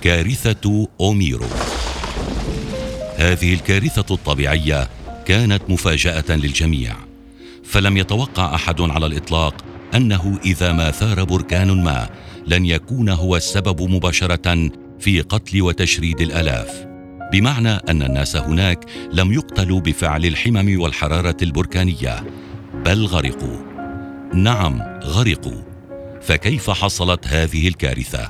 كارثة أوميرو. هذه الكارثة الطبيعية كانت مفاجأة للجميع، فلم يتوقع أحد على الإطلاق أنه إذا ما ثار بركان ما لن يكون هو السبب مباشرة في قتل وتشريد الآلاف، بمعنى أن الناس هناك لم يقتلوا بفعل الحمم والحرارة البركانية، بل غرقوا. نعم، غرقوا. فكيف حصلت هذه الكارثة؟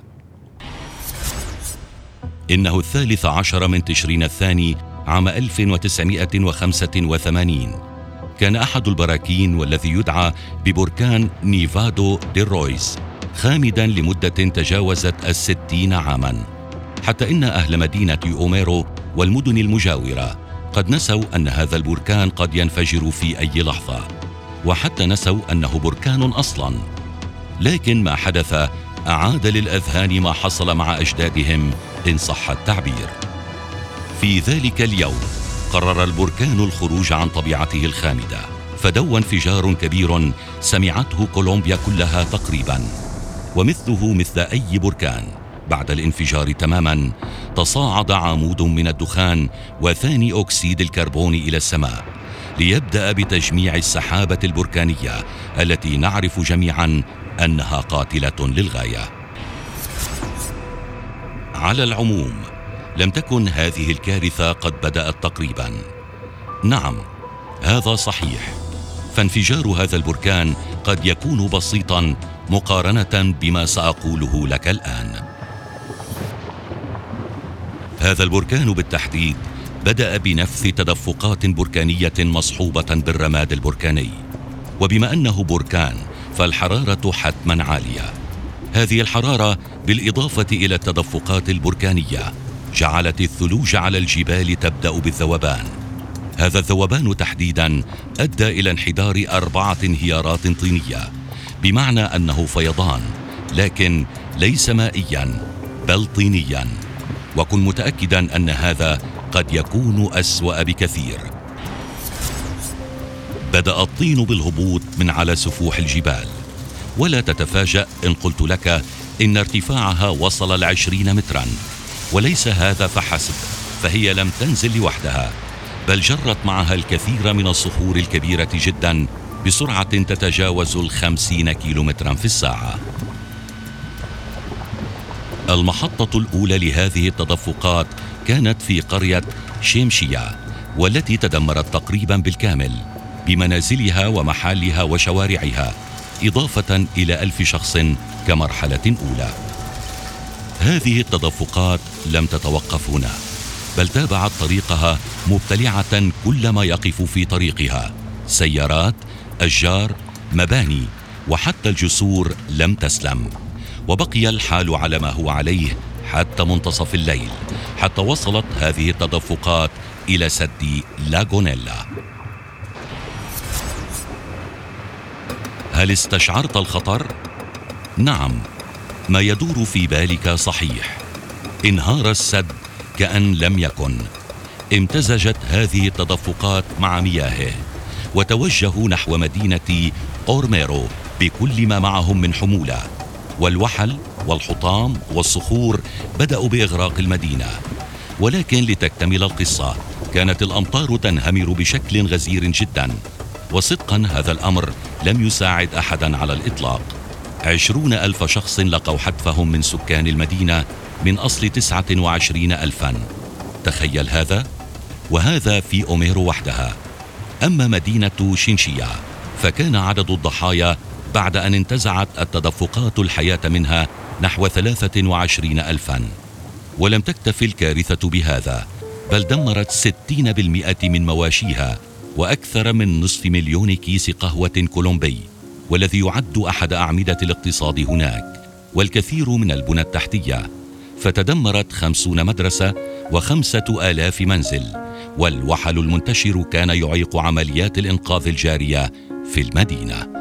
إنه 13 من تشرين الثاني عام 1985 كان أحد البراكين والذي يدعى ببركان نيفادو دي رويز خامدا لمدة تجاوزت 60 عاما، حتى إن أهل مدينة أوميرو والمدن المجاورة قد نسوا أن هذا البركان قد ينفجر في أي لحظة، وحتى نسوا أنه بركان أصلا. لكن ما حدث أعاد للأذهان ما حصل مع أجدادهم إن صح التعبير. في ذلك اليوم قرر البركان الخروج عن طبيعته الخامدة، فدوى انفجار كبير سمعته كولومبيا كلها تقريبا، ومثله مثل أي بركان بعد الانفجار تماما تصاعد عمود من الدخان وثاني أكسيد الكربون إلى السماء ليبدأ بتجميع السحابة البركانية التي نعرف جميعا أنها قاتلة للغاية. على العموم لم تكن هذه الكارثة قد بدأت تقريبا. نعم، هذا صحيح، فانفجار هذا البركان قد يكون بسيطا مقارنة بما سأقوله لك الآن. هذا البركان بالتحديد بدأ بنفث تدفقات بركانية مصحوبة بالرماد البركاني، وبما أنه بركان فالحرارة حتما عالية. هذه الحرارة بالإضافة إلى التدفقات البركانية جعلت الثلوج على الجبال تبدأ بالذوبان. هذا الذوبان تحديدا أدى إلى انحدار 4 انهيارات طينية، بمعنى أنه فيضان، لكن ليس مائيا بل طينيا. وكن متأكدا أن هذا قد يكون أسوأ بكثير. بدأ الطين بالهبوط من على سفوح الجبال، ولا تتفاجأ إن قلت لك إن ارتفاعها وصل 20 مترا. وليس هذا فحسب، فهي لم تنزل لوحدها، بل جرت معها الكثير من الصخور الكبيرة جدا بسرعة تتجاوز 50 كيلومترا في الساعة. المحطة الأولى لهذه التدفقات كانت في قرية شيمشيا، والتي تدمرت تقريبا بالكامل بمنازلها ومحالها وشوارعها، إضافة إلى 1000 شخص كمرحلة أولى. هذه التدفقات لم تتوقف هنا، بل تابعت طريقها مبتلعة كل ما يقف في طريقها: سيارات، أشجار، مباني، وحتى الجسور لم تسلم. وبقي الحال على ما هو عليه حتى منتصف الليل، حتى وصلت هذه التدفقات إلى سد لاغونيلا. هل استشعرت الخطر؟ نعم، ما يدور في بالك صحيح. انهار السد كأن لم يكن. امتزجت هذه التدفقات مع مياهه، وتوجهوا نحو مدينة أورميرو بكل ما معهم من حمولة، والوحل والحطام والصخور بدأوا بإغراق المدينة. ولكن لتكتمل القصة، كانت الأمطار تنهمر بشكل غزير جدا، وصدقا هذا الأمر لم يساعد أحدا على الإطلاق. 20,000 شخص لقوا حتفهم من سكان المدينة من أصل 29,000. تخيل هذا، وهذا في أوميرو وحدها. أما مدينة شينشيا فكان عدد الضحايا بعد أن انتزعت التدفقات الحياة منها نحو 23,000. ولم تكتف الكارثة بهذا، بل دمرت 60% من مواشيها، وأكثر من 500,000 كيس قهوة كولومبي، والذي يعد أحد أعمدة الاقتصاد هناك، والكثير من البنى التحتية. فتدمرت 50 مدرسة و5,000 منزل، والوحل المنتشر كان يعيق عمليات الإنقاذ الجارية في المدينة.